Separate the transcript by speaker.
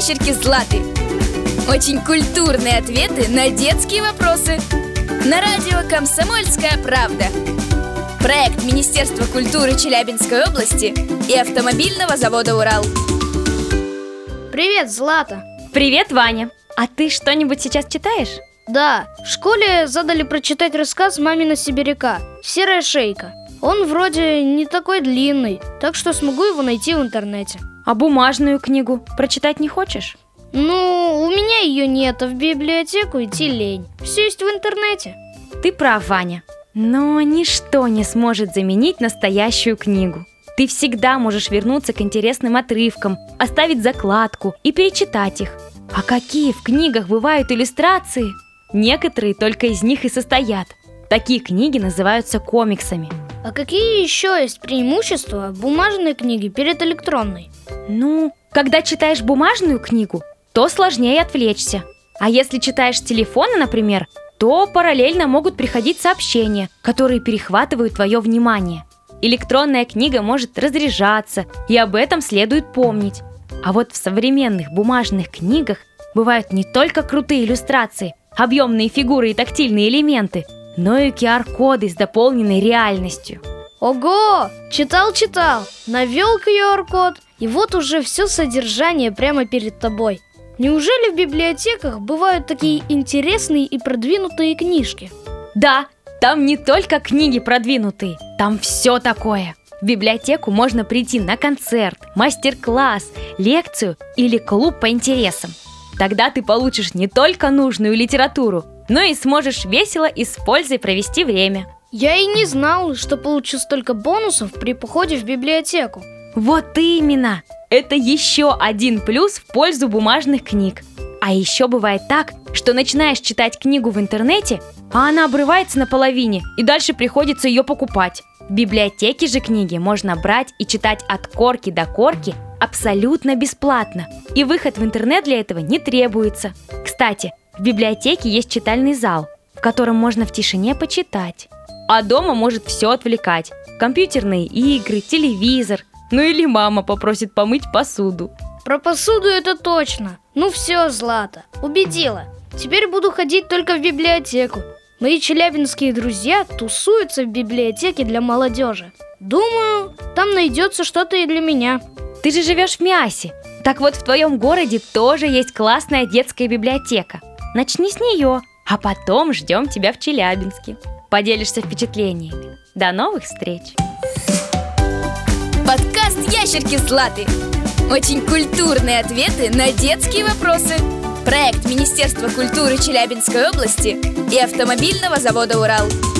Speaker 1: ящерки Златы. Очень культурные ответы на детские вопросы. На радио «Комсомольская правда». Проект Министерства культуры Челябинской области и автомобильного завода «Урал».
Speaker 2: Привет, Злата.
Speaker 3: Привет, Ваня. А ты что-нибудь сейчас читаешь?
Speaker 2: Да, в школе задали прочитать рассказ «Мамина сибиряка» «Серая шейка». Он вроде не такой длинный, так что смогу его найти в интернете.
Speaker 3: А бумажную книгу прочитать не хочешь?
Speaker 2: Ну, у меня ее нет, а в библиотеку идти лень. Все есть в интернете.
Speaker 3: Ты прав, Ваня. Но ничто не сможет заменить настоящую книгу. Ты всегда можешь вернуться к интересным отрывкам, оставить закладку и перечитать их. А какие в книгах бывают иллюстрации? Некоторые только из них и состоят. Такие книги называются комиксами.
Speaker 2: А какие еще есть преимущества бумажной книги перед электронной?
Speaker 3: Ну, когда читаешь бумажную книгу, то сложнее отвлечься. А если читаешь с телефона, например, то параллельно могут приходить сообщения, которые перехватывают твое внимание. Электронная книга может разряжаться, и об этом следует помнить. А вот в современных бумажных книгах бывают не только крутые иллюстрации, объемные фигуры и тактильные элементы, но и QR-коды с дополненной реальностью.
Speaker 2: Ого! Читал, навел QR-код, и вот уже все содержание прямо перед тобой. Неужели в библиотеках бывают такие интересные и продвинутые книжки?
Speaker 3: Да, там не только книги продвинутые, там все такое. В библиотеку можно прийти на концерт, мастер-класс, лекцию или клуб по интересам. Тогда ты получишь не только нужную литературу, но и сможешь весело и с пользой провести время.
Speaker 2: Я и не знал, что получу столько бонусов при походе в библиотеку.
Speaker 3: Вот именно! Это еще один плюс в пользу бумажных книг. А еще бывает так, что начинаешь читать книгу в интернете, а она обрывается наполовине, и дальше приходится ее покупать. В библиотеке же книги можно брать и читать от корки до корки абсолютно бесплатно, и выход в интернет для этого не требуется. Кстати, в библиотеке есть читальный зал, в котором можно в тишине почитать. А дома может все отвлекать: компьютерные игры, телевизор, ну или мама попросит помыть посуду.
Speaker 2: Про посуду это точно. Ну все, Злата, убедила. Теперь буду ходить только в библиотеку. Мои челябинские друзья тусуются в библиотеке для молодежи. Думаю, там найдется что-то и для меня.
Speaker 3: Ты же живешь в Миасе. Так вот, в твоем городе тоже есть классная детская библиотека. Начни с нее, а потом ждем тебя в Челябинске. Поделишься впечатлениями. До новых встреч!
Speaker 1: Подкаст «Ящерки Златы». Очень культурные ответы на детские вопросы. Проект Министерства культуры Челябинской области и автомобильного завода «Урал».